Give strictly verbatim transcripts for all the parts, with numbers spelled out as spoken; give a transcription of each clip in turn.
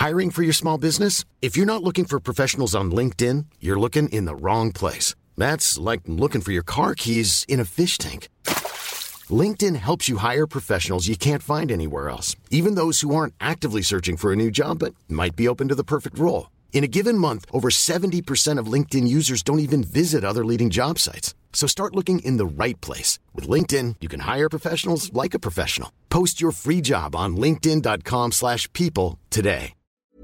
Hiring for your small business? If you're not looking for professionals on LinkedIn, you're looking in the wrong place. That's like looking for your car keys in a fish tank. LinkedIn helps you hire professionals you can't find anywhere else, even those who aren't actively searching for a new job but might be open to the perfect role. In a given month, over seventy percent of LinkedIn users don't even visit other leading job sites. So start looking in the right place. With LinkedIn, you can hire professionals like a professional. Post your free job on linkedin dot com slash people today.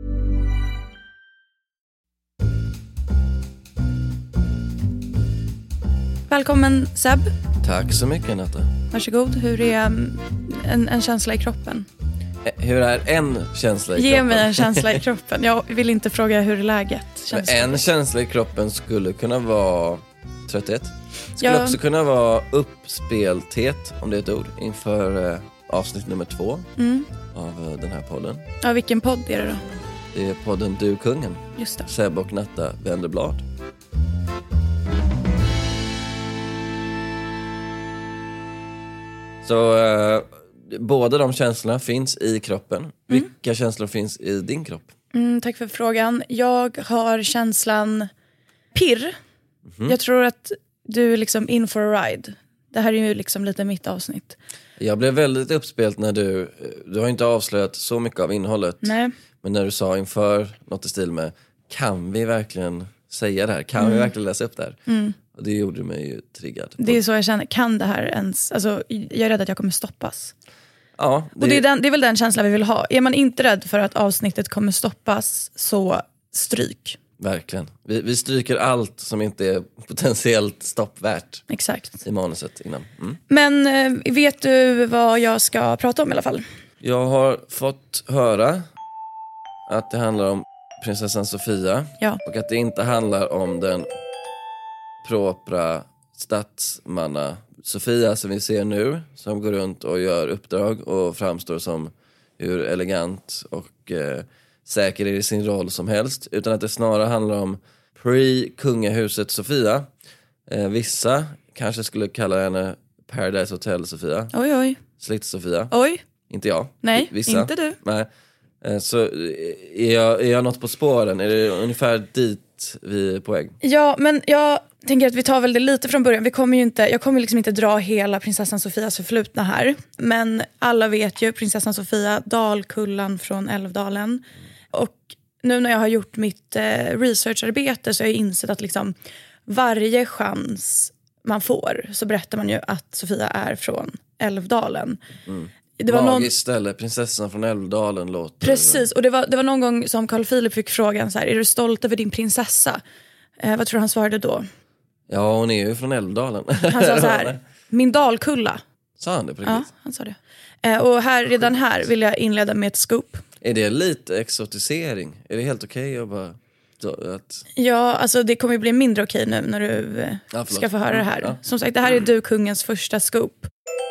Välkommen Seb. Tack så mycket, Natta. Varsågod. Hur är um, en, en känsla i kroppen? Hur är en känsla i Ge kroppen? mig en känsla i kroppen. Jag vill inte fråga hur är läget. Känsla. En känsla i kroppen skulle kunna vara trötthet. Skulle ja. också kunna vara uppspelthet, om det är ett ord, inför eh, avsnitt nummer två mm. av eh, den här podden. Ja, vilken podd är det då? Det är podden Du Kungen. Just det. Seb och Natta vänder blad. Så eh, båda de känslorna finns i kroppen. Mm. Vilka känslor finns i din kropp? Mm, tack för frågan. Jag har känslan pirr. Mm. Jag tror att du är liksom in for a ride. Det här är ju liksom lite mitt avsnitt. Jag blev väldigt uppspelt när du... Du har inte avslöjat så mycket av innehållet. Nej. Men när du sa inför något i stil med, kan vi verkligen säga det här? Kan mm. vi verkligen läsa upp det här? Mm. Och det gjorde mig ju triggad. Det är så jag känner. Kan det här ens... Alltså, jag är rädd att jag kommer stoppas. Ja. Det... Och det är, den, det är väl den känslan vi vill ha. Är man inte rädd för att avsnittet kommer stoppas, så stryk. Verkligen. Vi, vi stryker allt som inte är potentiellt stoppvärt. Exakt. I manuset innan. Mm. Men eh, vet du vad jag ska prata om i alla fall? Jag har fått höra att det handlar om prinsessan Sofia. Ja. Och att det inte handlar om den propra statsmanna Sofia som vi ser nu, som går runt och gör uppdrag och framstår som hur elegant och eh, säker i sin roll som helst, utan att det snarare handlar om pre-kungahuset Sofia. Eh, vissa kanske skulle kalla henne Paradise Hotel Sofia. Oj, oj. Slitt Sofia. Oj. Inte jag. Nej, vissa. inte du. Nej. Eh, så är jag, är jag något på spåren? Är det ungefär dit vi är på väg? Ja, men jag tänker att vi tar väl det lite från början. Vi kommer ju inte, jag kommer liksom inte dra hela prinsessan Sofias förflutna här. Men alla vet ju prinsessan Sofia, Dalkullan från Älvdalen. Och nu när jag har gjort mitt eh, researcharbete så har jag insett att liksom varje chans man får så berättar man ju att Sofia är från Älvdalen. Mm. Det var någon... ställe, prinsessan från Älvdalen låter... Precis, och det var, det var någon gång som Carl Philip fick frågan så här: är du stolt över din prinsessa? Eh, vad tror du han svarade då? Ja, hon är ju från Älvdalen. Han sa så här: min Dalkulla. Sa han det på riktigt? Ja, han sa det. Eh, och här, redan här vill jag inleda med ett scoop. Är det lite exotisering? Är det helt okej okay att bara... Att... Ja, alltså det kommer ju bli mindre okej nu när du eh, ja, ska få höra det här. Ja. Som sagt, det här är Du Kungens första scoop.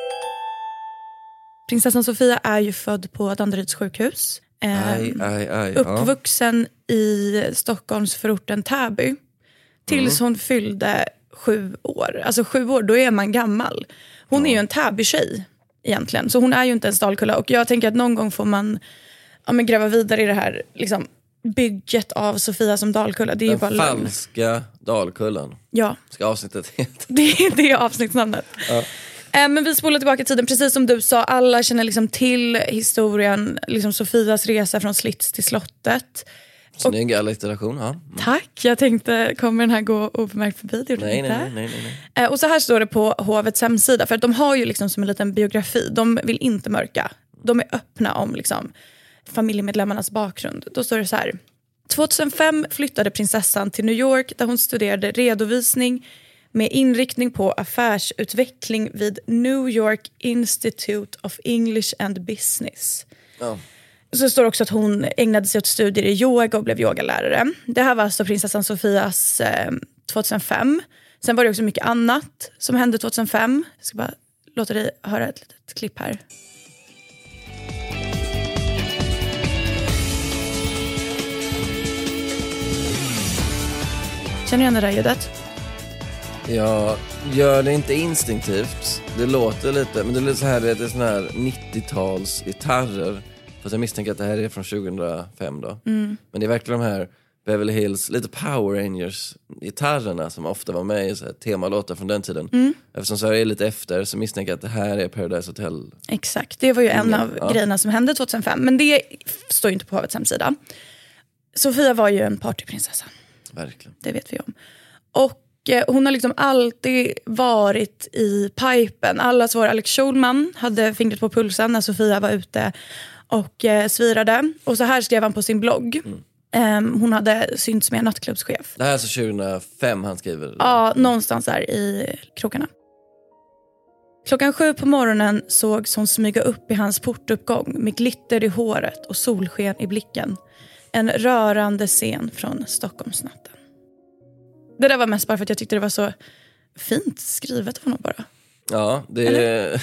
Prinsessan Sofia är ju född på Danderyds sjukhus. Eh, aj, aj, aj, uppvuxen ja. i Stockholms förorten Täby. Tills mm. hon fyllde sju år. Alltså sju år, då är man gammal. Hon ja. är ju en Täby-tjej egentligen. Så hon är ju inte en Dalkulla. Och jag tänker att någon gång får man ja, men gräva vidare i det här liksom, bygget av Sofia som Dalkulla. Det är Den ju bara falska lögn. Dalkullan. Ja. Ska avsnittet heta. Det, det är avsnittsnamnet. Ja. Men vi spolar tillbaka tiden, precis som du sa. Alla känner liksom till historien, liksom Sofias resa från Slits till slottet. Snygg allitteration, ja. Mm. Tack, jag tänkte, kommer den här gå obemärkt förbi? Det nej, inte. nej, nej, nej, nej. Och så här står det på hovets hemsida, för att de har ju liksom som en liten biografi. De vill inte mörka. De är öppna om liksom familjemedlemmarnas bakgrund. Då står det så här: tjugohundrafem flyttade prinsessan till New York där hon studerade redovisning med inriktning på affärsutveckling vid New York Institute of English and Business. Ja. Så står det också att hon ägnade sig åt studier i yoga och blev yogalärare. Det här var alltså prinsessan Sofias eh, tjugohundrafem. Sen var det också mycket annat som hände tjugohundrafem. Jag ska bara låta dig höra ett litet klipp här. Känner du igen det där ljudet? Jag gör det inte instinktivt. Det låter lite, men det är lite så här, det är sån här nittio-tals gitarrer Fast jag misstänker att det här är från tjugohundrafem då. Mm. Men det är verkligen de här Beverly Hills, lite Power Rangers-gitarrerna som ofta var med i så här temalåtar från den tiden. Mm. Eftersom Sverige är lite efter så misstänker jag att det här är Paradise Hotel. Exakt, det var ju en Ingen, av ja. grejerna som hände tjugohundrafem. Men det står ju inte på Havets hemsida. Sofia var ju en partyprinsessa. Verkligen. Det vet vi om. Och eh, hon har liksom alltid varit i pipen. Allas vår Alex Schulman hade fingret på pulsen när Sofia var ute och eh, svirade. Och så här skrev han på sin blogg. Mm. Um, hon hade synts med en nattklubbschef. Det här är alltså tjugohundrafem han skriver? Ja, någonstans där i krokarna. Klockan sju på morgonen sågs hon smyga upp i hans portuppgång med glitter i håret och solsken i blicken. En rörande scen från Stockholmsnatten. Det där var mest bara för att jag tyckte det var så fint skrivet av honom bara. Ja, det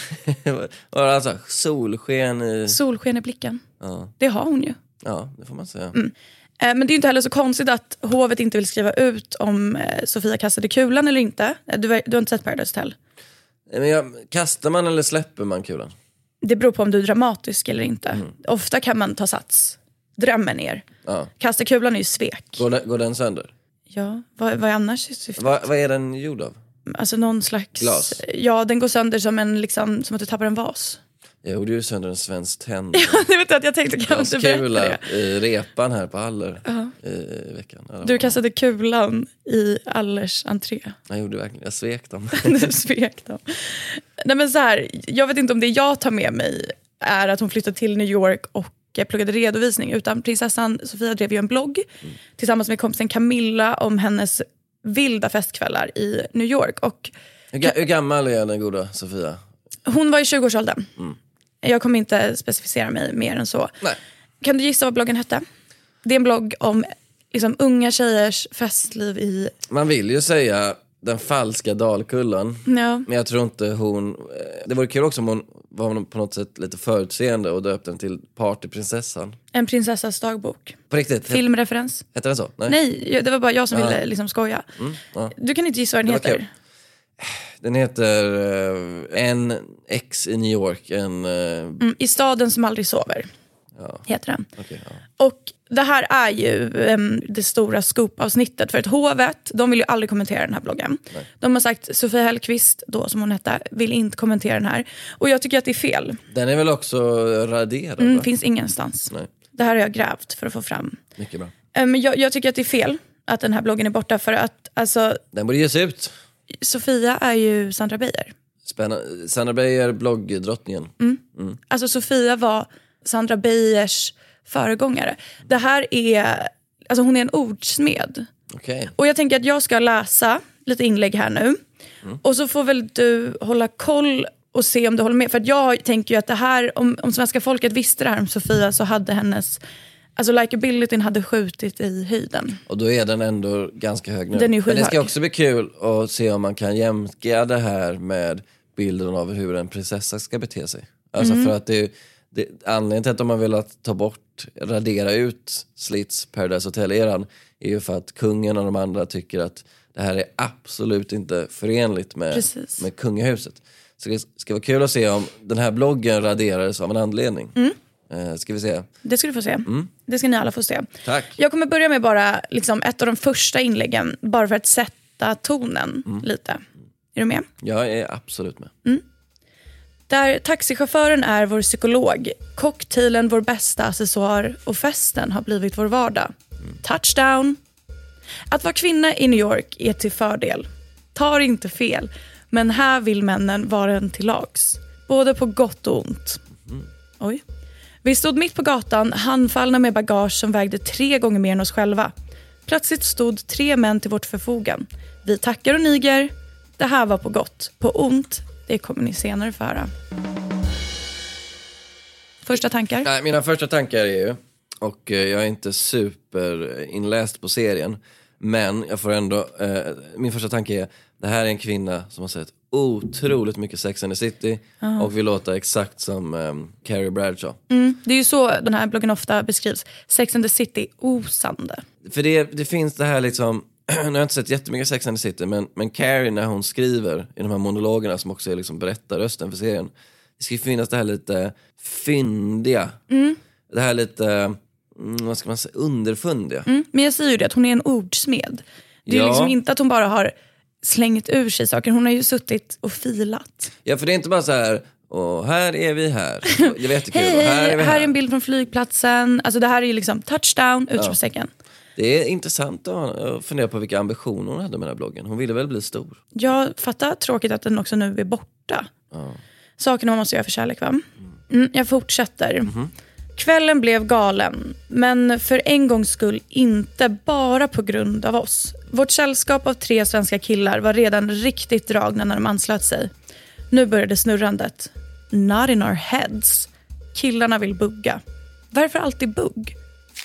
var alltså solsken i... Solsken i blicken. Ja. Det har hon ju. Ja, det får man säga. Mm. Men det är inte heller så konstigt att hovet inte vill skriva ut om Sofia kastade kulan eller inte. Du, du har inte sett Paradise Hotel? Men jag, kastar man eller släpper man kulan? Det beror på om du är dramatisk eller inte. Mm. Ofta kan man ta sats. Drömmen ner. Ja. Kasta kulan är ju svek. Går den, går den sönder? Ja, vad, vad är annars syftet? Va, vad är den gjord av? Alltså någon slags... Glas? Ja, den går sönder som, en, liksom, som att du tappar en vas. Jag gjorde ju sönder en svensk tänd. Det vet jag att jag tänkte kan inte berätta det. I repan här på Aller uh-huh. i veckan. Ja, du kastade kulan i Allers entré. Jag gjorde verkligen, jag svek dem. Du svek dem. Nej men så här, jag vet inte om det jag tar med mig är att hon flyttade till New York och pluggade redovisning. Utan prinsessan Sofia drev ju en blogg mm. tillsammans med kompisen Camilla om hennes vilda festkvällar i New York. Och hur, ga- hur gammal är den goda Sofia? Hon var i tjugoårsåldern. Mm. Jag kommer inte specificera mig mer än så. Nej. Kan du gissa vad bloggen hette? Det är en blogg om liksom, unga tjejers festliv i... Man vill ju säga den falska Dalkullan. Ja. Men jag tror inte hon... Det vore kul också om hon var på något sätt lite förutseende och döpte den till Partyprinsessan. En prinsessas dagbok. På riktigt? Filmreferens. Hette den så? Nej. Nej, det var bara jag som ja. ville liksom skoja. Mm, ja. Du kan inte gissa vad den det heter. Den heter uh, En X i New York. En, uh... mm, I staden som aldrig sover. Ja. Heter den. Okay, ja. Och det här är ju um, det stora scoop-avsnittet. För att hovet, de vill ju aldrig kommentera den här bloggen. Nej. De har sagt, Sofia Hellqvist, då som hon hette, vill inte kommentera den här. Och jag tycker att det är fel. Den är väl också raderad? Mm, finns ingenstans. Nej. Det här har jag grävt för att få fram. Mycket bra. Men um, jag, jag tycker att det är fel att den här bloggen är borta. För att, alltså... Den borde ges ut. Sofia är ju Sandra Beijer. Spännande. Sandra Beijer, bloggdrottningen. Mm. Mm. Alltså Sofia var Sandra Beijers föregångare. Det här är, alltså hon är en ordsmed. Okay. Och jag tänker att jag ska läsa lite inlägg här nu. Mm. Och så får väl du hålla koll och se om du håller med. För att jag tänker ju att det här, om, om svenska folket visste det här om Sofia så hade hennes, alltså likabilityn hade skjutit i höjden. Och då är den ändå ganska hög nu. Den är Men det ska också bli kul att se om man kan jämka det här med bilden av hur en prinsessa ska bete sig. Alltså mm. för att det, det anledningen till att de har velat ta bort, radera ut Slits Paradise Hotel-eran är ju för att kungen och de andra tycker att det här är absolut inte förenligt med, med kungahuset. Så det ska vara kul att se om den här bloggen raderades av en anledning. Mm. Eh, ska vi se? Det ska du få se. Mm. Det ska ni alla få se. Tack. Jag kommer börja med bara liksom, ett av de första inläggen, bara för att sätta tonen mm. lite. Är du med? Jag är absolut med. Mm. Där taxichauffören är vår psykolog, cocktailen vår bästa accessoar och festen har blivit vår vardag. Mm. Touchdown! Att vara kvinna i New York är till fördel. Tar inte fel, men här vill männen vara en till lags. Både på gott och ont. Mm. Oj. Vi stod mitt på gatan, handfallna med bagage som vägde tre gånger mer än oss själva. Plötsligt stod tre män till vårt förfogan. Vi tackar och niger. Det här var på gott. På ont, det kommer ni senare få höra. Första tankar? Nej, mina första tankar är ju, och jag är inte superinläst på serien, men jag får ändå, eh, min första tanke är, det här är en kvinna som har sett otroligt mycket Sex and the City uh-huh. och vill låta exakt som um, Carrie Bradshaw. Mm, det är ju så den här bloggen ofta beskrivs. Sex and the City, osande. För det, det finns det här liksom, nu har jag inte sett jättemycket Sex and the City, men, men Carrie när hon skriver i de här monologerna som också är liksom berättarrösten för serien, det ska finnas det här lite fyndiga. Mm. det här lite, mm, vad ska man säga, underfundiga. Mm, men jag säger ju det, att hon är en ordsmed. Det är Ja. liksom inte att hon bara har slängt ur sig saker. Hon har ju suttit och filat. Ja, för det är inte bara så här, och här är vi här. Det var jättekul. Hej, och här, hej, är vi här här är en bild från flygplatsen. Alltså det här är ju liksom touchdown, utropstecken. Ja. Det är intressant att fundera på vilka ambitioner hon hade med den här bloggen. Hon ville väl bli stor. Jag fattar tråkigt att den också nu är borta. Ja. Sakerna man måste göra för kärlek, va? Mm, jag fortsätter. Mm-hmm. Kvällen blev galen, men för en gångs skull inte bara på grund av oss. Vårt sällskap av tre svenska killar var redan riktigt dragna när de anslöt sig. Nu började snurrandet. Not in our heads. Killarna vill bugga. Varför alltid bugg?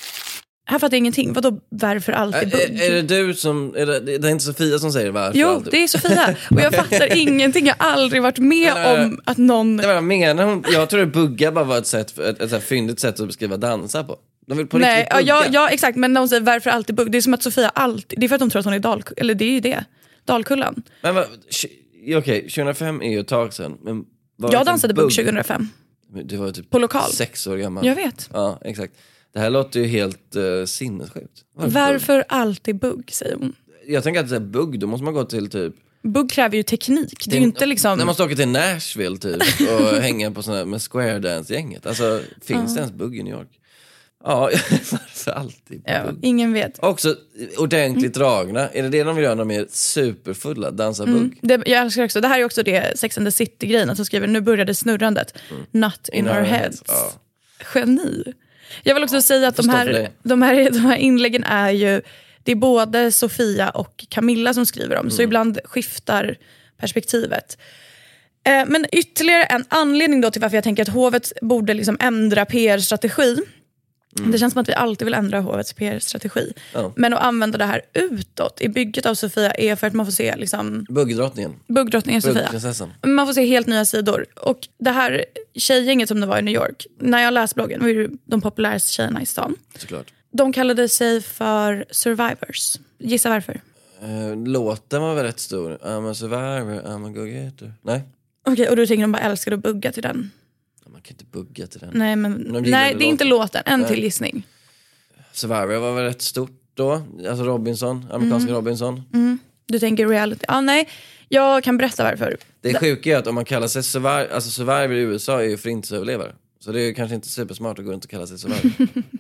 Här fattar jag ingenting. Vadå varför alltid bugg? Är, är det du som, är det, det är inte Sofia som säger varför? Jo, alltid? det är Sofia. Och jag fattar ingenting. Jag har aldrig varit med Nej, om att någon... Det var jag menar hon. Jag tror att bugga bara var ett sätt, ett, ett, ett fyndigt sätt att beskriva dansa på. De vill på Nej, riktigt ja, bugga. ja, ja, exakt. Men när hon säger varför alltid bugg, det är som att Sofia alltid... Det är för att de tror att hon är dal... Eller det är ju det. Dalkullan. Men vad, okej, okay, tjugohundrafem är ju ett tag sedan. Men vad Jag var det dansade för bugg tjugohundrafem. Du var typ På lokal. sex år gammal. Jag vet. Ja, exakt. Det här låter ju helt uh, sinnessjukt. Varför? Varför alltid bugg, säger hon. Jag tänker att det är bugg, då måste man gå till typ... Bugg kräver ju teknik. Det är ju inte liksom... När man ska åka till Nashville typ och hänga på såna, med Square Dance-gänget. Alltså, finns det ens bugg i New York? Ja, varför alltid bugg? Ja, ingen vet. Också ordentligt dragna. Är det det de vill göra när de är superfulla? Dansa bugg? Mm. Det, jag älskar också. Det här är också det Sex and the City-grejen. Att de skriver, nu började snurrandet. Mm. Not in, in our, our heads. heads. Ja. Geni. Jag vill också ja, säga att de här, de, här, de här inläggen är ju... Det är både Sofia och Camilla som skriver om. Mm. Så ibland skiftar perspektivet. Eh, men ytterligare en anledning då till varför jag tänker att hovet borde liksom ändra P R-strategi. Mm. Det känns som att vi alltid vill ändra hovets P R-strategi. Oh. Men att använda det här utåt i bygget av Sofia är för att man får se liksom... Buggdrottningen. Buggdrottningen Sofia. Man får se helt nya sidor. Och det här tjejgänget som det var i New York. När jag läste bloggen var ju de populäraste tjejerna i stan. Såklart. De kallade sig för survivors. Gissa varför? Uh, låten var väl rätt stor. I'm a survivor, I'm a go-getter. Nej. Okej, okay, och du tänker de bara älskar att bugga till den? Man kan inte bugga till den. Nej, men, men de nej det är inte låten. En nej. Till gissning. Survivor var väl rätt stort då? Alltså Robinson, amerikanska mm. Robinson. Mm. Du tänker reality. Ja, ah, nej. Jag kan berätta varför. Det sjuka är att om man kallar sig survivor, alltså survivor i U S A är ju förintelseöverlevare. Så det är ju kanske inte supersmart att gå runt och kalla sig survivor.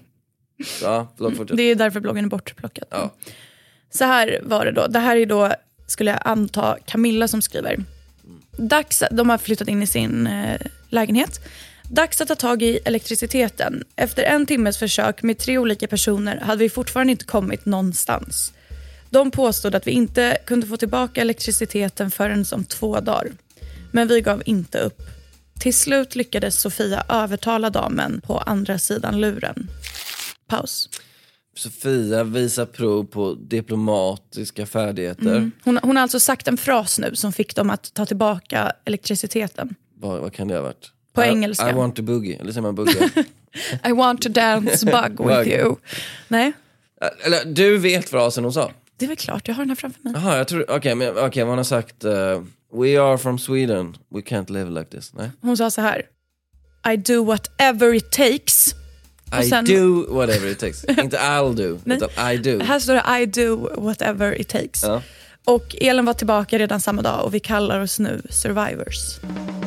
Ja, förlåt, det är därför bloggen är bortplockad. Ja. Så här var det då. Det här är då, skulle jag anta, Camilla som skriver. Dags, de har flyttat in i sin eh, lägenhet. Dags att ta tag i elektriciteten. Efter en timmes försök med tre olika personer hade vi fortfarande inte kommit någonstans. De påstod att vi inte kunde få tillbaka elektriciteten förrän om två dagar. Men vi gav inte upp. Till slut lyckades Sofia övertala damen på andra sidan luren. Paus. Sofia visar prov på diplomatiska färdigheter. Mm. Hon, hon har alltså sagt en fras nu som fick dem att ta tillbaka elektriciteten. Vad, vad kan det ha varit? På I, engelska. I want to boogie. Eller säger man bugga? I want to dance bug with you. Nej. Eller, du vet frasen hon sa. Det är väl klart, jag har den här framför mig. Jaha, jag tror, okej, okay, men okej, okay, man har sagt uh, we are from Sweden, we can't live like this. Nej? Hon sa så här: I do whatever it takes. I sen, do whatever it takes. Inte I'll do, nej, utan I do. Här står det I do whatever it takes. Ja. Och Elin var tillbaka redan samma dag och vi kallar oss nu survivors.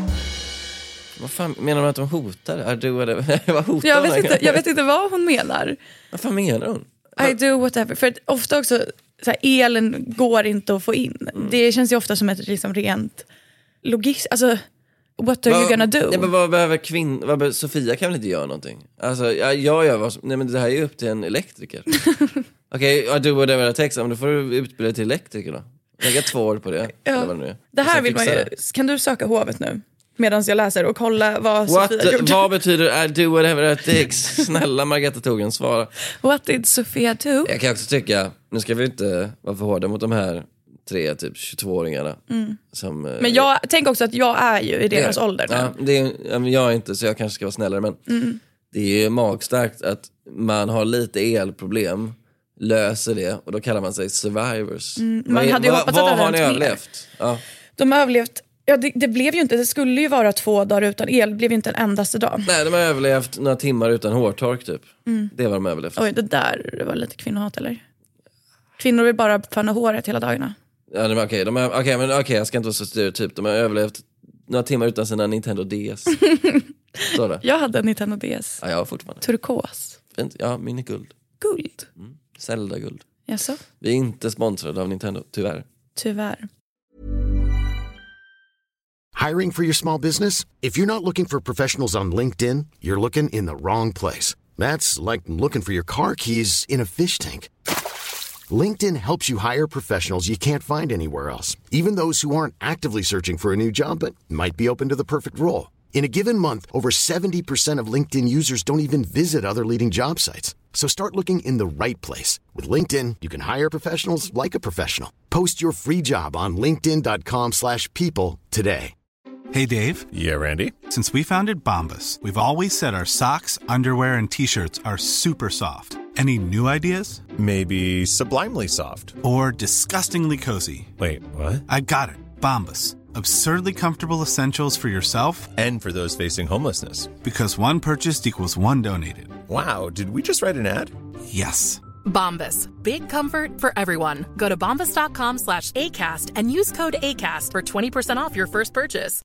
Vad fan menar de att de hotar? I do whatever. Vad hotar jag, vet inte, jag vet inte vad hon menar. Vad fan menar hon? I do whatever. För ofta också så här, elen går inte att få in. Mm. Det känns ju ofta som ett liksom rent logis. Alltså, what are vad, you gonna do? Nej, men vad behöver kvinn... Vad behöver, Sofia kan väl inte göra någonting? Alltså, jag, jag gör vad... Nej, men det här är ju upp till en elektriker. Okej, okay, I do whatever it takes. Men då får du utbilda till elektriker då. Lägga två år på det. Ja. Vad det, nu är. Det här vill man ju... Kan du söka hovet nu? Medan jag läser och kolla vad What, Sofia gjorde. Vad betyder I do whatever it takes? Snälla Margareta Thorgren, svara. What did Sofia do? Jag kan också tycka, nu ska vi inte vara för hårda mot de här tre, typ tjugotvååringarna. Mm. Som, men jag tänker också att jag är ju i deras det, ålder nu. Ja, det är, jag är inte, så jag kanske ska vara snällare. Men mm. det är ju magstarkt att man har lite elproblem, löser det och då kallar man sig survivors. Mm, man vad hade ju vad, hoppats vad att det har hade ni hänt överlevt? Ja. De har överlevt Ja, det, det blev ju inte, det skulle ju vara två dagar utan el, det blev ju inte en endaste dag. Nej, de har överlevt några timmar utan hårtork typ. Mm. Det var de överlevt. Oj, det där det var lite kvinnohat eller? Kvinnor vill bara fanna håret hela dagarna. Ja, okej, okay, de är okej, men okej, jag ska inte vara så stereotyp. De har överlevt några timmar utan sina Nintendo D S. Så det. Jag hade en Nintendo D S. Ja, jag har fortfarande. Turkos. Fint. Ja, min är guld. Guld? Mm. Zelda-guld. Jaså? Vi är inte sponsrade av Nintendo, tyvärr. Tyvärr. Hiring for your small business? If you're not looking for professionals on LinkedIn, you're looking in the wrong place. That's like looking for your car keys in a fish tank. LinkedIn helps you hire professionals you can't find anywhere else, even those who aren't actively searching for a new job but might be open to the perfect role. In a given month, over seventy percent of LinkedIn users don't even visit other leading job sites. So start looking in the right place. With LinkedIn, you can hire professionals like a professional. Post your free job on linkedin dot com slash people today. Hey, Dave. Yeah, Randy. Since we founded Bombas, we've always said our socks, underwear, and T-shirts are super soft. Any new ideas? Maybe sublimely soft. Or disgustingly cozy. Wait, what? I got it. Bombas. Absurdly comfortable essentials for yourself and for those facing homelessness. Because one purchased equals one donated. Wow, did we just write an ad? Yes. Bombas. Big comfort for everyone. Go to bombas dot com slash ACAST and use code ACAST for twenty percent off your first purchase.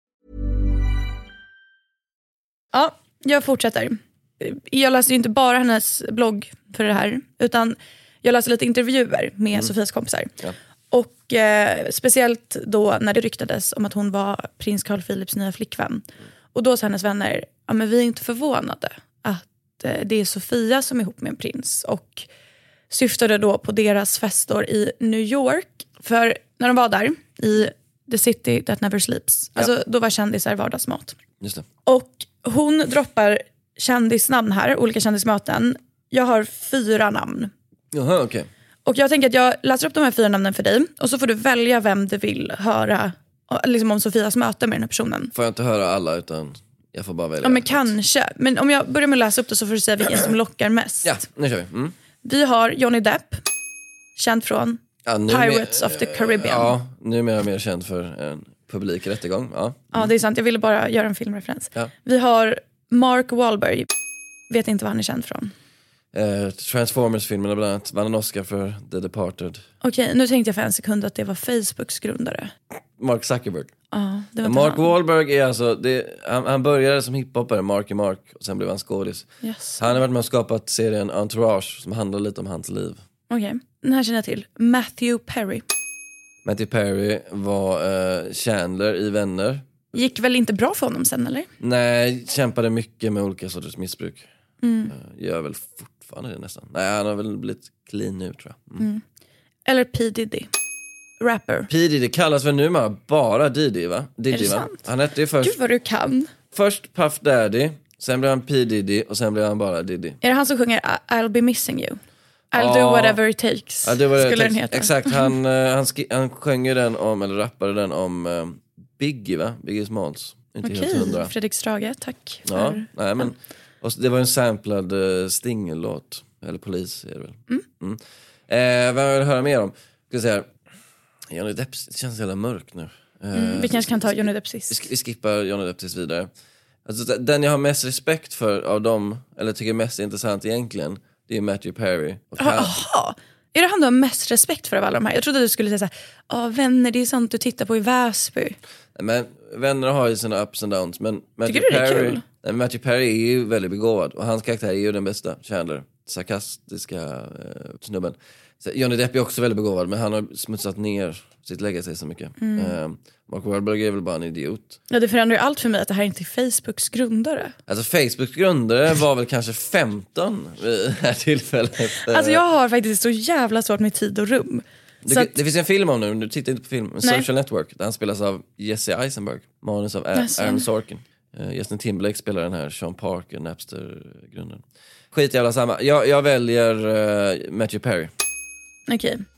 Ja, jag fortsätter. Jag läste ju inte bara hennes blogg för det här, utan jag läste lite intervjuer med mm. Sofias kompisar. Ja. Och eh, speciellt då när det ryktades om att hon var prins Carl Philips nya flickvän. Och då sa hennes vänner, ja men vi är inte förvånade att eh, det är Sofia som är ihop med en prins. Och syftade då på deras festor i New York. För när de var där i The City That Never Sleeps, ja. Alltså då var kändisar vardagsmat. Just det. Och hon droppar kändisnamn här, olika kändismöten. Jag har fyra namn. Jaha, okej. Okay. Och jag tänker att jag läser upp de här fyra namnen för dig. Och så får du välja vem du vill höra liksom om Sofias möte med den här personen. Får jag inte höra alla utan jag får bara välja? Ja men kanske. Men om jag börjar med att läsa upp det så får du säga vilken som lockar mest. Ja, nu kör vi. Mm. Vi har Johnny Depp. Känd från ja, Pirates mer, of the Caribbean. Ja, nu är jag mer känd för en publik rättegång. Ja. Mm. Ja, det är sant. Jag ville bara göra en filmreferens. Ja. Vi har Mark Wahlberg. Vet inte vad han är känd från. Uh, Transformers-filmerna bland annat. Vann en Oscar för The Departed. Okej, okay, nu tänkte jag för en sekund att det var Facebooks grundare. Mark Zuckerberg. Ja, det var Mark han. Wahlberg är alltså det, han, han började som hiphopare, Marky Mark, och sen blev han skådis. Yes. Han har varit med och skapat serien Entourage som handlar lite om hans liv. Okej, okay. Den här känner jag till. Matthew Perry. Matthew Perry var uh, Chandler i Vänner. Gick väl inte bra för honom sen, eller? Nej, kämpade mycket med olika sorters missbruk. Mm. Uh, gör väl fortfarande det nästan. Nej, han har väl blivit clean nu, tror jag. Mm. Mm. Eller P. Diddy. Rapper. P. Diddy kallas väl numera bara Diddy, va? Diddy, är det va? sant? Han hette ju först... Gud vad du kan. Först Puff Daddy, sen blev han P. Diddy och sen blev han bara Diddy. Är det han som sjunger I'll be missing you? I'll ja. do whatever it takes. Ja, det var skulle det, den heta. Exakt, han, uh, han, sk- han sjöng den om, eller rappade den om uh, Biggie, va? Biggie Smalls. Inte Okej, helt hundra. Fredrik Strage, tack. För... Ja, nej men... Och det var en samplad uh, Sting-låt. Eller Polis är det väl. Mm. Mm. Eh, vad jag vill höra mer om? Ska säga, Johnny Depp, det känns jävla mörkt nu. Eh, mm, vi kanske kan ta Johnny Depp sist. Vi, vi skippar Johnny Depp tills vidare. Alltså, den jag har mest respekt för av dem, eller tycker är mest intressant egentligen, det är Matthew Perry. Jaha, är det han du har mest respekt för av alla de här? Jag trodde du skulle säga såhär, ja vänner, det är sånt du tittar på i Väsby. Men vänner har ju sina ups and downs. Men Matthew tycker du det är Perry, kul? Nej, Matthew Perry är ju väldigt begåvad. Och hans karaktär är ju den bästa, Chandler. Sarkastiska eh, snubben. Så Johnny Depp är också väldigt begåvad, men han har smutsat ner sitt legacy så mycket. Mm. Eh, Mark Wahlberg är väl bara en idiot. Ja, det förändrar ju allt för mig att det här inte är Facebooks grundare. Alltså Facebooks grundare var väl kanske femton vid det här tillfället. Alltså jag har faktiskt så jävla svårt med tid och rum. Det, att... det finns en film om nu, du tittar inte på film. Social Network, där han spelas av Jesse Eisenberg. Manus av A- Aaron Sorkin. Uh, Justin Timberlake spelar den här Sean Parker, Napster-grunden. Skit jävla samma. Jag, jag väljer uh, Matthew Perry. Okej. Okay.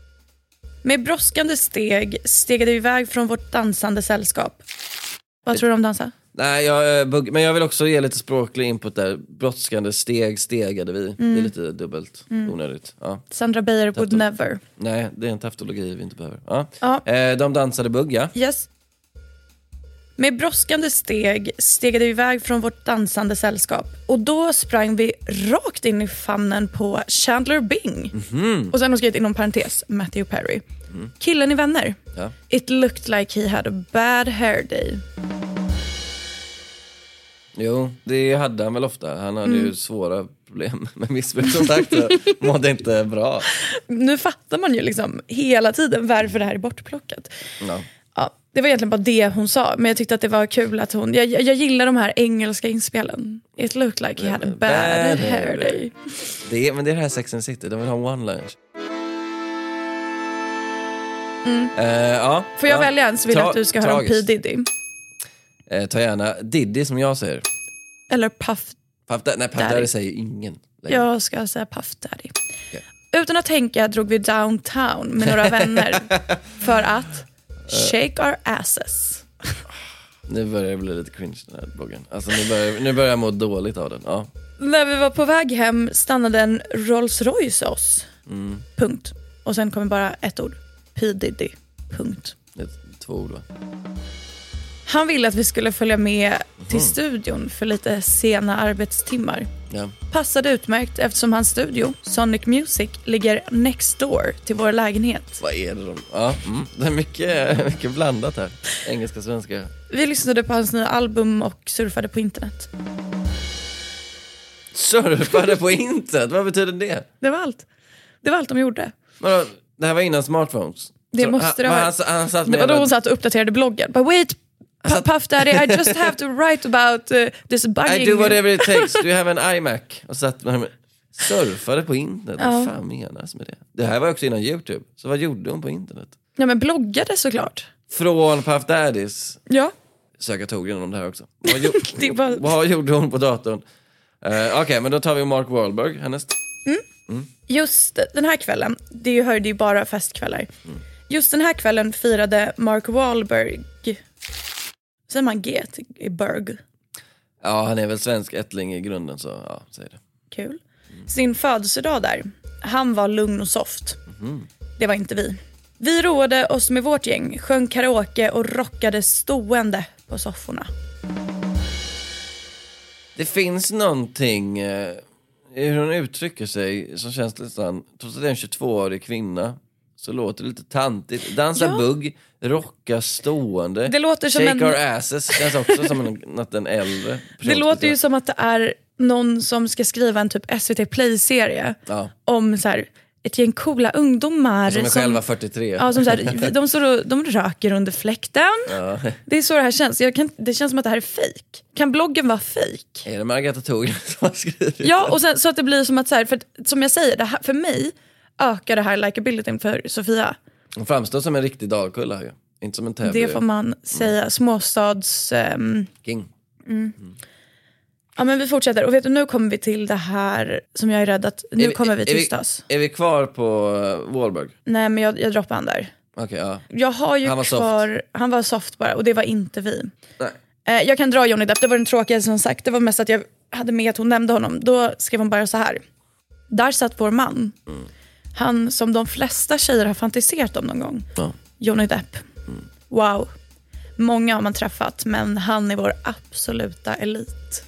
Med brådskande steg stegade vi iväg från vårt dansande sällskap. Vad tror du om dansa? Nej, jag, bugg, men jag vill också ge lite språklig input där. Brådskande steg stegade vi. Mm. Det är lite dubbelt mm. onödigt. Ja. Sandra Beijer would Taftol- never. Nej, det är en taftologi vi inte behöver. Ja. Ja. Eh, de dansade bugga. Yes. Med brådskande steg stegade vi iväg från vårt dansande sällskap. Och då sprang vi rakt in i famnen på Chandler Bing. Mm-hmm. Och sen har jag skrivit inom parentes Matthew Perry. Mm. Killen i Vänner. Ja. It looked like he had a bad hair day. Jo, det hade han väl ofta. Han hade mm. ju svåra problem med missbruk, som sagt. Mådde inte bra. Nu fattar man ju liksom hela tiden varför det här är bortplockat. No. Ja, det var egentligen bara det hon sa. Men jag tyckte att det var kul att hon... Jag, jag gillar de här engelska inspelen. It looked like he had a bad, bad hair day. Det är, men det är det här Sex and the City. De vill ha one-liners. Mm. Uh, ja, Får jag ja. välja en så vill jag att du ska höra om P. Diddy. Uh, ta gärna Diddy som jag säger. Eller Puff, Puff Daddy. Nej, Puff Daddy säger ingen. Längre. Jag ska säga Puff Daddy. Okay. Utan att tänka drog vi downtown med några vänner för att shake our asses. Nu börjar det bli lite cringe den här bloggen. Alltså nu börjar, nu börjar jag må dåligt av den. Ja. När vi var på väg hem stannade en Rolls Royce oss. Mm. Punkt. Och sen kommer bara ett ord. P. Diddy. Punkt. Det är två ord, va? Han ville att vi skulle följa med till mm. studion för lite sena arbetstimmar. Ja. Passade utmärkt eftersom hans studio, Sonic Music, ligger next door till vår lägenhet. Vad är det de? Ja, mm. Det är mycket, mycket blandat här. Engelska och svenska. Vi lyssnade på hans nya album och surfade på internet. Surfade på internet? Vad betyder det? Det var allt. Det var allt de gjorde. Men, det här var innan smartphones. Det Så, måste det ha varit. Han, han satt det var då hon satt och uppdaterade bloggen. But wait, satt... Puff Daddy, I just have to write about uh, this bugging. I do whatever it takes. Do you have an iMac? Och satt med surfade på internet. Ja. Vad fan menas med det? Det här var också innan YouTube. Så vad gjorde hon på internet? Ja, men bloggade såklart. Från Puff Daddys. Ja. Söka tog igenom det här också. Vad, gjorde, var... vad gjorde hon på datorn? Uh, Okej, okay, men då tar vi Mark Wahlberg härnäst. Mm. Mm. Just den här kvällen, det är ju, hör, det är bara festkvällar. Mm. Just den här kvällen firade Mark Wahlberg, säger man G i Berg? Ja, han är väl svensk ättling i grunden, så ja, säger det. Kul. Mm. Sin födelsedag där, han var lugn och soft. Mm. Det var inte vi. Vi roade oss med vårt gäng, sjöng karaoke och rockade stående på sofforna. Det finns någonting... Eh... hur hon uttrycker sig som känns nästan, trots att det är en tjugotvåårig kvinna, så låter det lite tantigt. Dansa ja. bugg, rocka stående. Det låter som shake en... our asses känns också som en, något en äldre. Det låter ju som att det är någon som ska skriva en typ S V T Play-serie ja. om så här, ett gäng coola ungdomar som är som, själva fyrtiotre. Ja, som så här, de, står och, de röker under fläkten. Ja. Det är så det här känns. Jag kan, det känns som att det här är fake. Kan bloggen vara fake? Är det Margareta Thorgren som har skrivit? Ja, och sen, så att det blir som att så här, för att, som jag säger, det här, för mig ökar det här likabilityn för Sofia. Hon framstår som en riktig dalkulla ju. Inte som en tävling. Det får man säga. Mm. Småstads... Um, King. Mm. Mm. Ja, men vi fortsätter. Och vet du, nu kommer vi till det här som jag är rädd att... Nu vi, kommer vi tystas. Är vi, är vi kvar på uh, Wahlberg? Nej, men jag, jag droppar han där. Okay, ja. Jag har ju han var kvar... Soft. Han var soft bara, och det var inte vi. Nej. Eh, jag kan dra Johnny Depp, det var den tråkigaste som sagt. Det var mest att jag hade med att hon nämnde honom. Då skrev hon bara så här. Där satt vår man. Mm. Han som de flesta tjejer har fantiserat om någon gång. Ja. Johnny Depp. Mm. Wow. Många har man träffat, men han är vår absoluta elit.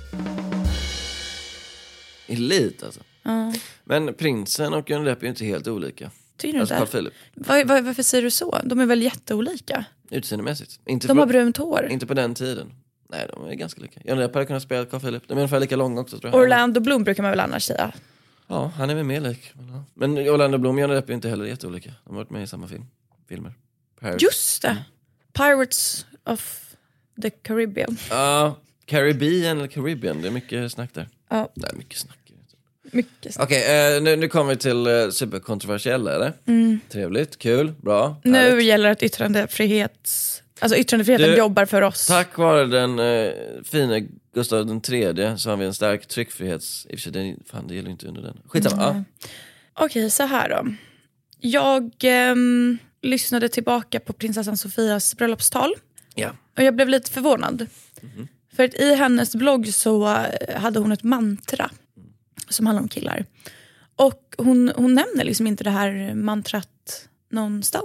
Elit alltså. Ja. Men prinsen och Johnny Depp är ju inte helt olika. Tycker du alltså, det? Carl Philip. Var, var, varför säger du så? De är väl jätteolika? Utseendemässigt. Inte de på, har brunt hår. Inte på den tiden. Nej, de är ganska lika. Johnny Depp hade kunnat spela Carl Philip. De är ungefär lika långa också, tror jag. Orlando Bloom brukar man väl annars säga. Ja, han är väl mer lik. Men, ja. men Orlando Bloom och Johnny Depp är inte heller jätteolika. De har varit med i samma film. Filmer. Pirates. Just det. Mm. Pirates of the Caribbean. Ja, Caribbean eller Caribbean. Det är mycket snack där. Ja. Nej, mycket snack. Mycket snack. Okej, okay, uh, nu, nu kommer vi till uh, superkontroversiella, eller? Mm. Trevligt, kul, bra. Nu härligt. Gäller att yttrandefrihet... Alltså yttrandefriheten du, jobbar för oss. Tack vare den uh, fina Gustav den tredje så har vi en stark tryckfrihets... I och för sig, den, fan, det gäller inte under den. Skitsamma, mm. ja. Okej, okay, så här då. Jag um, lyssnade tillbaka på prinsessan Sofias bröllopstal. Ja. Och jag blev lite förvånad. Mm-hmm. För att i hennes blogg så uh, hade hon ett mantra som handlar om killar. Och hon, hon nämner liksom inte det här mantrat någonstans.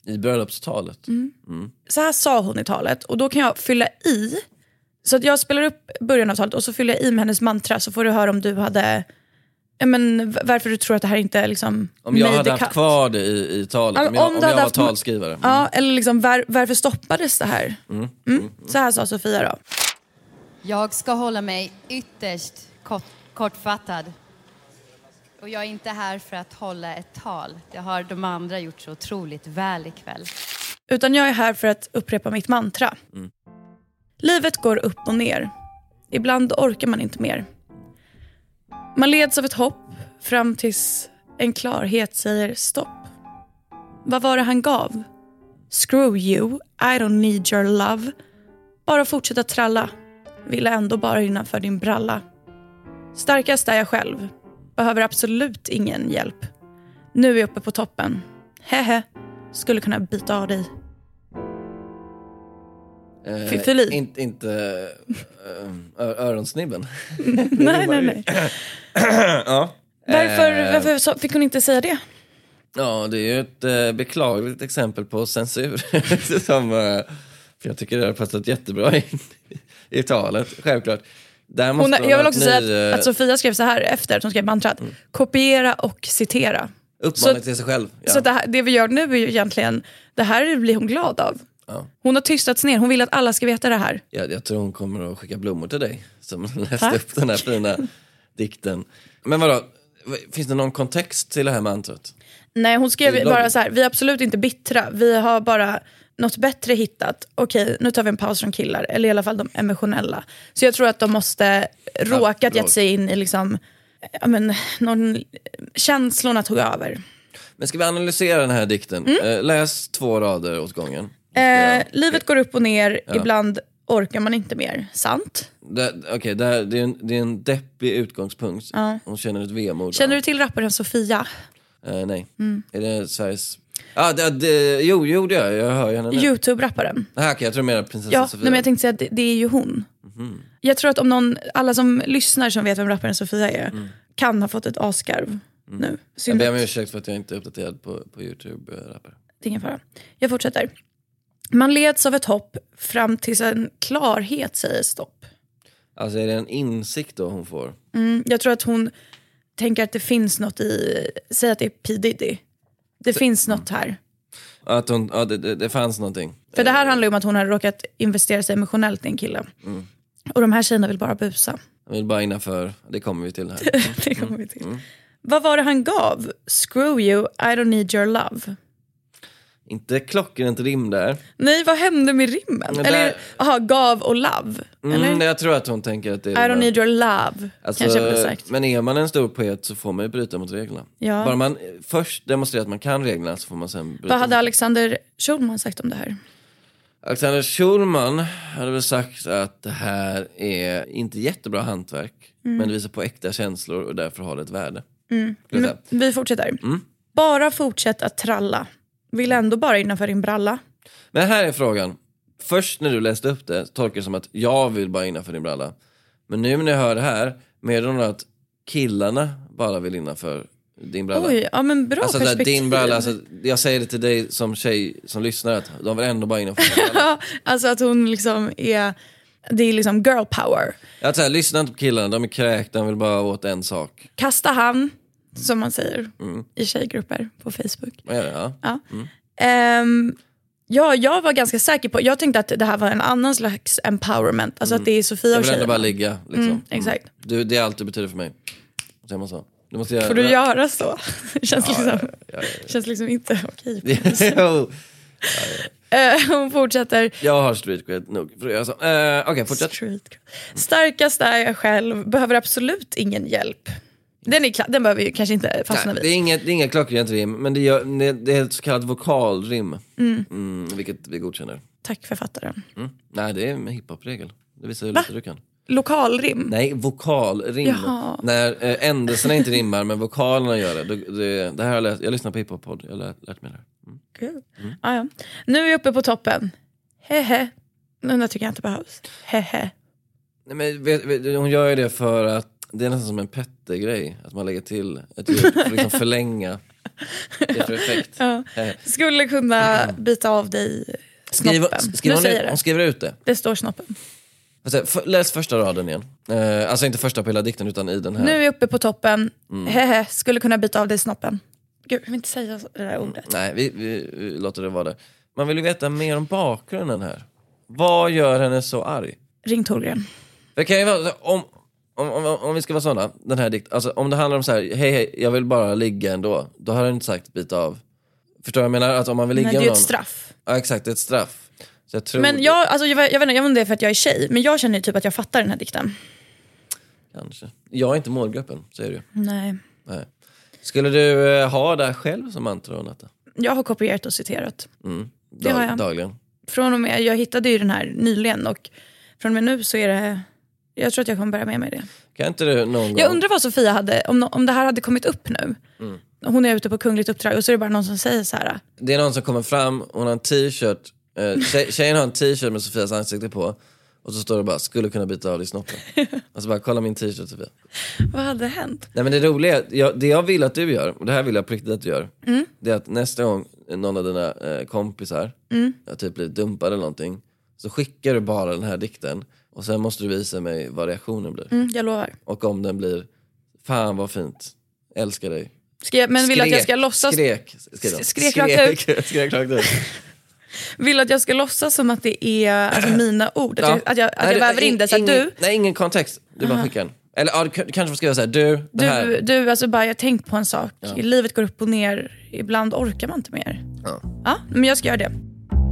I bröllopstalet. Mm. Mm. Så här sa hon i talet. Och då kan jag fylla i. Så att jag spelar upp början av talet och så fyller jag i med hennes mantra. Så får du höra om du hade... Ja, men varför du tror att det här inte är liksom... Om jag hade haft kvar det i, i talet. Ja, om jag, om om jag var haft... talskrivare. Mm. Ja, eller liksom var, varför stoppades det här? Mm. Mm. Så här sa Sofia då. Jag ska hålla mig ytterst kort, kortfattad. Och jag är inte här för att hålla ett tal. Det har de andra gjort så otroligt väl ikväll. Utan jag är här för att upprepa mitt mantra. Mm. Livet går upp och ner. Ibland orkar man inte mer. Man leds av ett hopp fram tills en klarhet säger stopp. Vad var det han gav? Screw you, I don't need your love. Bara fortsätta tralla. Vill ändå bara innanför din bralla. Starkast är jag själv. Behöver absolut ingen hjälp. Nu är jag uppe på toppen. Hehe, skulle kunna byta av dig. Eh, Fyll in. Inte äh, öronsnibben. nej, nej, nej. ja. Varför, eh, varför fick hon inte säga det? Ja, det är ju ett eh, beklagligt exempel på censur. som, eh, för jag tycker det har passat jättebra in i talet, självklart. Där måste hon, jag vill också ny, säga att, att Sofia skrev så här efter att hon skrev mantrat. Mm. Kopiera och citera. Uppmaning till sig själv. Ja. Så det, här, det vi gör nu är ju egentligen, det här blir hon glad av. Ja. Hon har tystats ner, hon vill att alla ska veta det här. Ja, jag tror hon kommer att skicka blommor till dig som läste Tack. upp den här fina dikten. Men vadå, finns det någon kontext till det här mantrat? Nej, hon skrev bara så här, vi är absolut inte bittra, vi har bara något bättre hittat. Okej, nu tar vi en paus från killar, eller i alla fall de emotionella. Så jag tror att de måste råkat gett sig in i liksom, ja men, någon, känslorna tog över. Men ska vi analysera den här dikten? Mm. Läs två rader åt gången. Eh, livet går upp och ner, ja. Ibland orkar man inte mer. Sant? Okej, okay, det, är en, det är en deppig utgångspunkt. Ja. Hon känner ett vemod. Känner du till rapparen Sofia? Eh, nej. Mm. Är det Sveriges... Ah, det, det, jo, jo, det är jag. Jag hör henne nu. YouTube-rapparen. Okej, okay, jag tror mer prinsessan ja, Sofia. Nej, men jag tänkte säga att det, det är ju hon. Mm. Jag tror att om någon, alla som lyssnar som vet vem rapparen Sofia är mm. kan ha fått ett askarv mm. nu. Jag ber om ursäkt för att jag inte är uppdaterad på, på YouTube-rappare. Det är ingen fara. Jag fortsätter. Man leds av ett hopp fram tills en klarhet säger stopp. Alltså är det en insikt då hon får? Mm, jag tror att hon tänker att det finns något i... Säg att det är P. Diddy. Det så, finns något här. Att hon, ja, det, det, det fanns någonting. För det här handlar ju om att hon har råkat investera sig emotionellt i en kille. Mm. Och de här tjejerna vill bara busa. De vill bara innanför. Det kommer vi till här. det kommer vi till. Mm. Vad var det han gav? Screw you, I don't need your love. Inte klockrent rim där. Nej, vad hände med rimmen? Där... Eller, aha, gav och love. Mm, eller? Jag tror att hon tänker att det är... I don't need your love, alltså, kanske jag sagt. Men är man en stor poet så får man ju bryta mot reglerna. Ja. Bara man först demonstrerar att man kan reglerna så får man sen bryta. Vad hade Alexander Schulman sagt om det här? Alexander Schulman hade väl sagt att det här är inte jättebra hantverk. Mm. Men det visar på äkta känslor och därför har det ett värde. Mm. Men, vi fortsätter. Mm. Bara fortsätt att tralla. Vill ändå bara innanför din bralla. Men här är frågan. Först när du läste upp det tolkar det som att jag vill bara innanför din bralla. Men nu när jag hör det här med de att killarna bara vill innanför din bralla. Oj, ja men bra alltså, perspektiv. Din bralla, alltså, jag säger det till dig som tjej som lyssnar att de vill ändå bara innanför din bralla. Ja, alltså att hon liksom är... Det är liksom girl power. Jag säger, lyssna inte på killarna, de är kräkta, de vill bara åt en sak. Kasta han, som man säger mm. i tjejgrupper på Facebook. Ja, ja. Ja. Mm. Um, ja, jag var ganska säker på, jag tänkte att det här var en annan slags empowerment. Alltså mm. att det är Sofia och tjejerna. Jag vill ändå bara ligga. Liksom. Mm, exakt. Mm. Du, det är allt det betyder för mig. Så måste, du måste göra, får du göra så? Det känns, ja, liksom, ja, ja, ja. känns liksom inte okej. Jo. Uh, hon fortsätter. Jag har street cred nog för att göra så. Uh, Okej, okay, fortsätt. Starkast är jag själv. Behöver absolut ingen hjälp. Den, är, den behöver vi kanske inte fastna vid. Det är inget, det är inget klockrent rim. Men det, gör, det är ett så kallat vokalrim. Mm. Mm, vilket vi godkänner. Tack författaren. Mm. Nej, det är en hiphop-regel. Det visar hur lite du kan. Lokalrim? Nej, vokalrim. Jaha. När äh, ändelserna inte rimmar men vokalerna gör det. det, det, det här har jag, läst, jag lyssnar på hiphop-podd. Jag har lärt, lärt mig det här. Mm. Cool. Mm. Ah, ja. Nu är vi uppe på toppen. Hehe. Nu tycker jag inte behövs. Hehe. Nej, men vet, vet, hon gör ju det för att det är nästan som en Petter-grej. Att man lägger till ett ljud för att liksom förlänga Det är perfekt. Ja. Skulle kunna byta av dig snoppen. Skriv, skriv, nu säger hon, hon skriver ut det. Det står snoppen. Läs första raden igen. eh, Alltså inte första på hela dikten utan i den här. Nu är jag uppe på toppen. mm. Hehe, skulle kunna byta av dig snoppen. Gud, jag vill inte säga det där ordet. Nej, vi, vi, vi låter det vara där. Man vill ju veta mer om bakgrunden här. Vad gör henne så arg? Ring Thorgren. Det kan ju vara, om, om, om, om vi ska vara sådana, den här dikt, alltså om det handlar om så här, hej hej, jag vill bara ligga ändå, då har jag inte sagt byta av. Förstår du vad jag menar? Att om man vill ligga Nej, det är med ju någon, ett straff. Ja, exakt, det är ett straff. Så jag tror Men jag, alltså, jag, jag vet inte, jag vet inte det är för att jag är tjej, men jag känner ju typ att jag fattar den här dikten. Kanske. Jag är inte målgruppen, säger du. Nej. Nej. Skulle du eh, ha det här själv som mantra och Natta? Jag har kopierat och citerat. Mm. Det har jag. Dagligen. Från och med, jag hittade ju den här nyligen och från och med nu så är det, jag tror att jag kommer börja med mig det. Kan inte du någon gång... Jag undrar vad Sofia hade, om, om det här hade kommit upp nu. Mm. Hon är ute på kungligt uppdrag och så är det bara någon som säger så här. Det är någon som kommer fram, hon har en t-shirt, eh, tjej, tjejen har en t-shirt med Sofias ansikte på. Och så står det bara, skulle kunna byta av dig snoppen. Alltså bara, kolla min t-shirt Sofia. Vad hade hänt? Nej men det roliga, jag, det jag vill att du gör, och det här vill jag på riktigt att du gör. Mm. Det är att nästa gång någon av dina eh, kompisar mm. jag typ blir dumpad eller någonting, så skickar du bara den här dikten. Och sen måste du visa mig vad reaktionen blir. Mm, jag lovar. Och om den blir, fan vad fint, älskar dig. Ska, men vill skrek, att jag ska låtsas... Skrek, skrek, skrek rakt ut. Skrek rakt ut. Vill att jag ska låtsas som att det är alltså, mina ord. Att ja. jag, att jag, att jag väver in det så att ingen, du... Nej, ingen kontext. Du bara skickar den. Eller ja, du kanske får skriva så här, du, det du, här. du, alltså bara, jag har tänkt på en sak. Ja. Livet går upp och ner. Ibland orkar man inte mer. Ja. Ja, men jag ska göra det.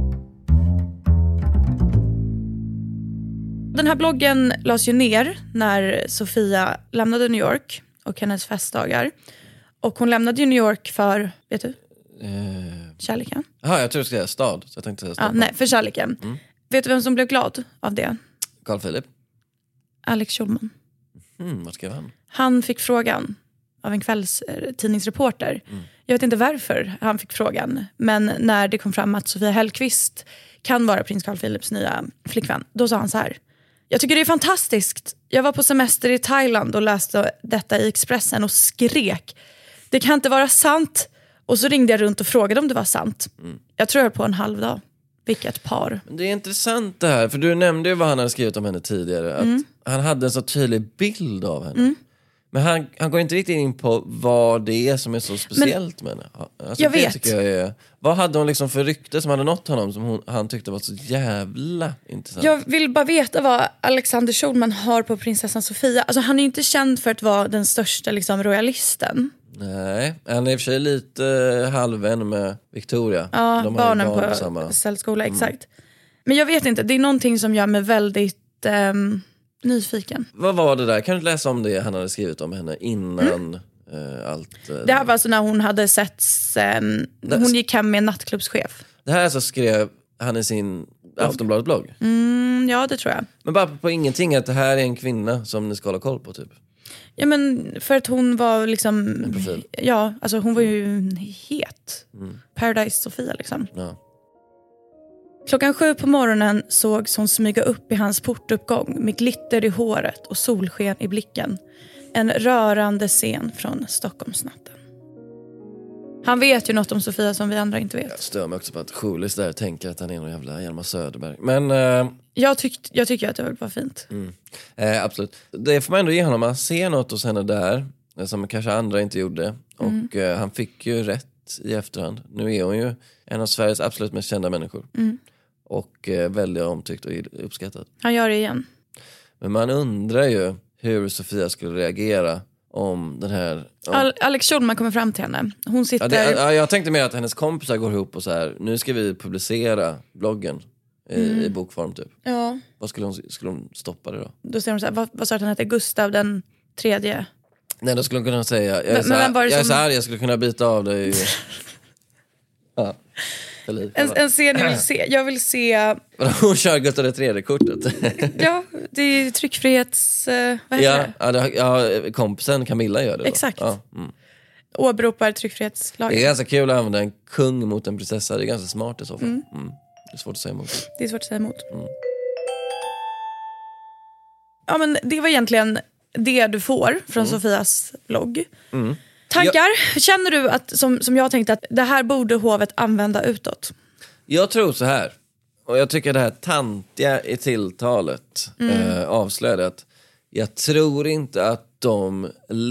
Den här bloggen lades ju ner när Sofia lämnade New York och hennes festdagar. Och hon lämnade ju New York för, vet du? Eh. Kärleken. Jaha, jag tror du ska säga stad. Så jag tänkte säga ja, nej, för kärleken. Mm. Vet du vem som blev glad av det? Carl Philip. Alex Schulman. Mm, vad skrev han? Han fick frågan av en kvällstidningsreporter. Mm. Jag vet inte varför han fick frågan. Men när det kom fram att Sofia Hellqvist kan vara prins Carl Philips nya flickvän. Då sa han så här. Jag tycker det är fantastiskt. Jag var på semester i Thailand och läste detta i Expressen och skrek. Det kan inte vara sant. Och så ringde jag runt och frågade om det var sant. Mm. Jag tror jag på en halv dag. Vilket par. Det är intressant det här. För du nämnde ju vad han hade skrivit om henne tidigare. Att mm. han hade en så tydlig bild av henne. Mm. Men han, han går inte riktigt in på vad det är som är så speciellt men, med henne. Alltså, jag det vet. Tycker jag är, vad hade hon liksom för rykte som hade nått honom som hon, han tyckte var så jävla intressant? Jag vill bara veta vad Alexander Schulman har på prinsessan Sofia. Alltså han är ju inte känd för att vara den största liksom, royalisten. Nej, han är i och för sig lite halvvän med Victoria. Ja, De barnen barn på, på samma sällskola, mm. exakt. Men jag vet inte, det är någonting som gör mig väldigt um, nyfiken. Vad var det där? Kan du läsa om det han hade skrivit om henne innan mm. uh, allt? Uh, det här var alltså när hon hade sett, um, hon gick hem med en nattklubbschef. Det här så skrev han i sin Aftonbladet-blogg? Mm, ja, det tror jag. Men bara på ingenting att det här är en kvinna som ni ska hålla koll på typ? Ja, men för att hon var liksom... En profil. Ja, alltså hon var ju het. Mm. Paradise Sofia liksom. Ja. Klockan sju på morgonen sågs hon smyga upp i hans portuppgång med glitter i håret och solsken i blicken. En rörande scen från Stockholmsnatten. Han vet ju något om Sofia som vi andra inte vet. Jag stör mig också på att Schulis där tänker att han är någon jävla Hjalmar Söderberg. Men... Uh... Jag, tyck, jag tycker att det var fint. Mm. Eh, absolut. Det får man ändå ge honom. Man ser något hos henne där som kanske andra inte gjorde. Mm. Och eh, han fick ju rätt i efterhand. Nu är hon ju en av Sveriges absolut mest kända människor. Mm. Och eh, väldigt omtyckt och uppskattad. Han gör det igen. Men man undrar ju hur Sofia skulle reagera om den här... Om... Al- Alex Schulman kommer fram till henne. Hon sitter... Ja, det, ja, jag tänkte mer att hennes kompisar går ihop och så här. Nu ska vi publicera bloggen. I, mm. i bokform typ. Ja. Vad skulle hon, skulle hon stoppa det då? Då säger hon så här, vad, vad sa att han hette? Gustav den tredje? Nej, då skulle hon kunna säga, jag är, men, så, här, men jag som... är så här, jag skulle kunna byta av dig. Ja. En, en scen jag vill se. Jag vill se... Hon kör Gustav den tredje-kortet. Ja, det är tryckfrihets... Uh, vad heter ja, det? Ja, det, ja, kompisen Camilla gör det då. Exakt. Ja, mm. Åberopar tryckfrihetslagen. Det är ganska kul att använda en kung mot en prinsessa. Det är ganska smart i så fall. Mm. Mm. Det är svårt att säga emot. Det är svårt att säga emot. Mm. Ja, men det var egentligen det du får från mm. Sofias blogg. Mm. Tankar? Jag... Känner du att, som, som jag tänkte, att det här borde hovet använda utåt? Jag tror så här. Och jag tycker det här tantiga i tilltalet mm. eh, avslöjade att jag tror inte att de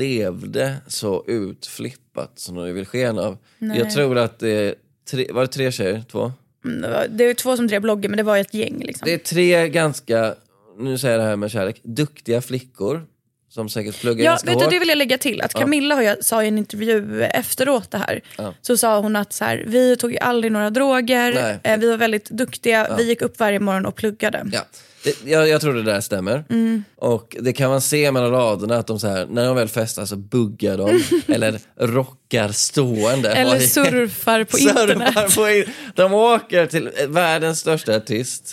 levde så utflippat som de vill sken av. Nej. Jag tror att det är tre, var det tre tjejer? Två? Mm, det är två som drev bloggen, men det var ett gäng liksom. Det är tre ganska, nu säger jag det här med kärlek, duktiga flickor som säkert pluggar ja, ganska vet hårt. Du, det vill jag lägga till. Att Camilla har jag, sa i en intervju efteråt det här. Ja. Så sa hon att så här, vi tog aldrig några droger. Eh, vi var väldigt duktiga. Ja. Vi gick upp varje morgon och pluggade. Ja. Det, jag, jag tror det där stämmer. Mm. Och det kan man se mellan raderna att de så här, när de väl festar så buggar de. eller rockar stående. Eller surfar på internet. Surfar på in- de åker till världens största artist.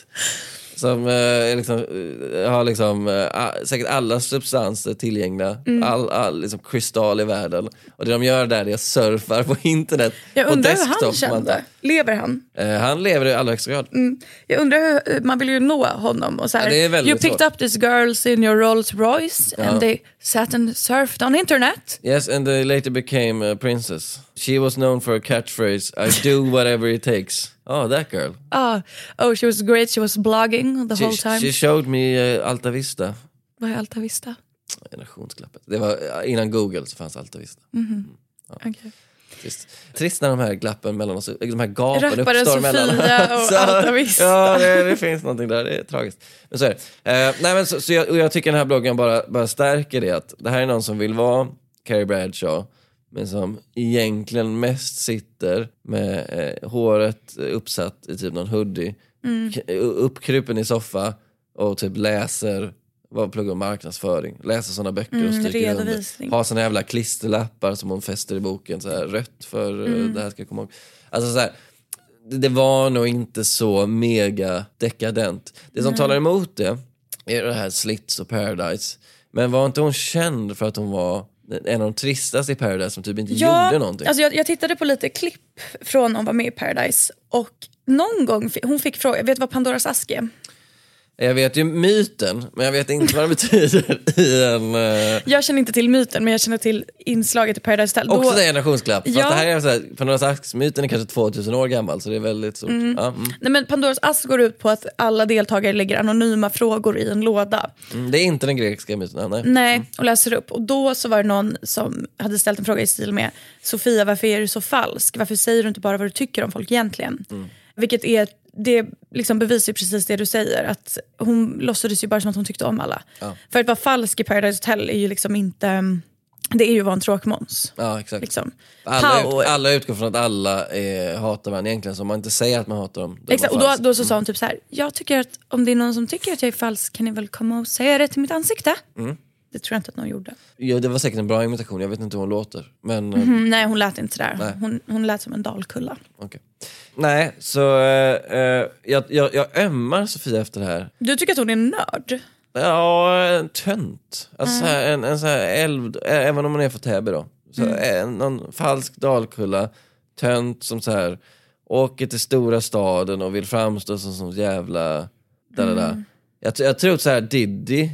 Som eh, liksom, eh, har liksom, eh, säkert alla substanser tillgängliga. Mm. All, all liksom, kristall i världen. Och det de gör där är att surfar på internet. Jag på undrar desktop, hur han kände. Lever han? Eh, han lever i allra högsta grad. Mm. Jag undrar hur, man vill ju nå honom. Och så här, ja, det är väldigt you picked svårt. up these girls in your Rolls Royce. Ja. And they sat and surfed on internet. Yes, and they later became a princess. She was known for a catchphrase, I do whatever it takes. Oh, that girl. Oh, oh, she was great. She was blogging the she, whole time. She showed me uh, Alta Vista. Vad är Alta Vista? Generationsklappet. Det var innan Google så fanns Alta Vista. Mm-hmm. Mm. Ja. Okay. Trist. Trist när de här glappen mellan oss, de här gapen Rappare uppstår Sofia mellan. och så, Alta Vista. Ja, det, det finns någonting där. Det är tragiskt. Men så är det. Uh, nej, men så, så jag, och jag tycker den här bloggen bara, bara stärker det. Att det här är någon som vill vara Carrie Bradshaw. Men som egentligen mest sitter med eh, håret uppsatt i typ någon hoodie. Mm. K- uppkrupen i soffa och typ läser, vad pluggar om marknadsföring. Läser sådana böcker mm, och stryker under. Har såna jävla klisterlappar som hon fäster i boken. Så här, rött för mm. det här ska jag komma ihåg. Alltså så här, det, det var nog inte så mega dekadent. Det som mm. talar emot det är det här Slits och Paradise. Men var inte hon känd för att hon var en av de tristaste i Paradise som typ inte ja, gjorde någonting? Alltså jag, jag tittade på lite klipp från hon var med i Paradise. Och någon gång hon fick fråga, vet du vad Pandoras ask är? Jag vet ju myten, men jag vet inte vad det betyder i en... Uh... Jag känner inte till myten, men jag känner till inslaget i Paradise Hotel. Också Då... det är generationsklapp. Ja. Fast det här är så här, Pandoras ask-myten är kanske tvåtusen år gammal, så det är väldigt stort. Mm. Ja, mm. Nej, men Pandoras ask går ut på att alla deltagare lägger anonyma frågor i en låda. Mm, det är inte den grekiska myten, nej. Nej, och läser upp. Och då så var det någon som hade ställt en fråga i stil med Sofia, varför är du så falsk? Varför säger du inte bara vad du tycker om folk egentligen? Mm. Vilket är... Det liksom bevisar ju precis det du säger. Att hon låtsades ju bara som att hon tyckte om alla. Ja. För att vara falsk i Paradise Hotel är ju liksom inte... Det är ju att vara en tråkmåns. Ja, exakt. Liksom. Alla, ut, alla utgår från att alla är, hatar varandra egentligen. Så om man inte säger att man hatar dem, då exakt, och då, då så sa hon typ så här: jag tycker att om det är någon som tycker att jag är falsk, kan ni väl komma och säga det till mitt ansikte? Mm. Det tror jag inte att någon gjorde. Ja, det var säkert en bra imitation. Jag vet inte hur hon låter. Men, mm, nej, hon lät inte där. Hon, hon lät som en dalkulla. Okay. Nej, så uh, jag, jag, jag ömmar Sofia efter det här. Du tycker att hon är en nörd? Ja, en tönt. Alltså mm. en, en sån här älv, även om man är för Täby då. Så mm. en, någon falsk dalkulla, tönt som så här åker till stora staden och vill framstå som sån jävla... Mm. Där. Jag, jag tror så här Diddy...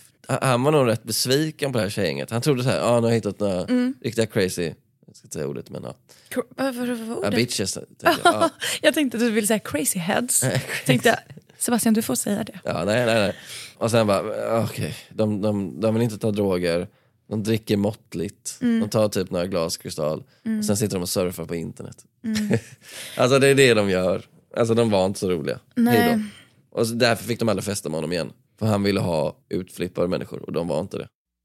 Han var nog rätt besviken på det här tjejgänget. Han trodde så här, ja, ah, nu har jag hittat några mm. riktiga crazy, jag ska inte säga ordet, men ja. Vad var ordet? Ja, bitches. Jag. Ja. Jag tänkte att du ville säga crazy heads. Tänkte, Sebastian, du får säga det. Ja, nej, nej, nej. Och sen bara, okej, okay. de, de, de vill inte ta droger. De dricker måttligt. Mm. De tar typ några glas kristall. Mm. Och sen sitter de och surfar på internet. Mm. Alltså det är det de gör. Alltså de var inte så roliga. Nej. Hejdå. Och så därför fick de aldrig festa med honom igen. För han ville ha utflippade människor och de var inte det.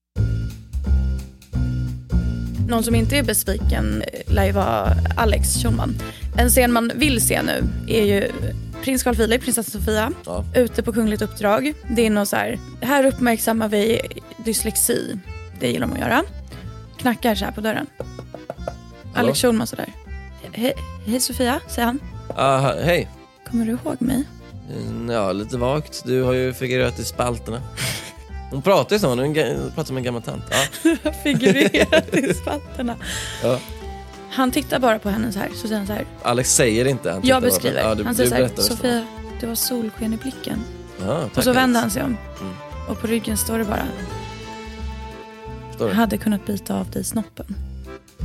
Någon som inte är besviken lär ju vara Alex Schulman. En scen man vill se nu är ju prins Carl Philip, prinsessa Sofia, ja. Ute på kungligt uppdrag. Det är något så här, här uppmärksammar vi dyslexi. Det gillar man att göra. Knackar så här på dörren. Hallå? Alex Schulman sådär. Hej, hej Sofia, säger han. Aha, hej. Kommer du ihåg mig? Ja, lite vagt. Du har ju figurerat i spalterna. Hon pratar ju så, hon pratar som en gammal tant. Ja. Figurerat i spalterna. Ja. Han tittar bara på henne så här, så säger han så här. Alex säger inte. Han jag beskriver. Ja, du, han säger så här, Sofia, det var solsken i blicken. Ja, och så vänder han sig om. Mm. Och på ryggen står det bara. Står det? Jag hade kunnat byta av dig snoppen.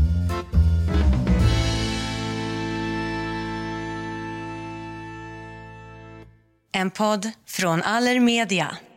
En podd från Allermedia.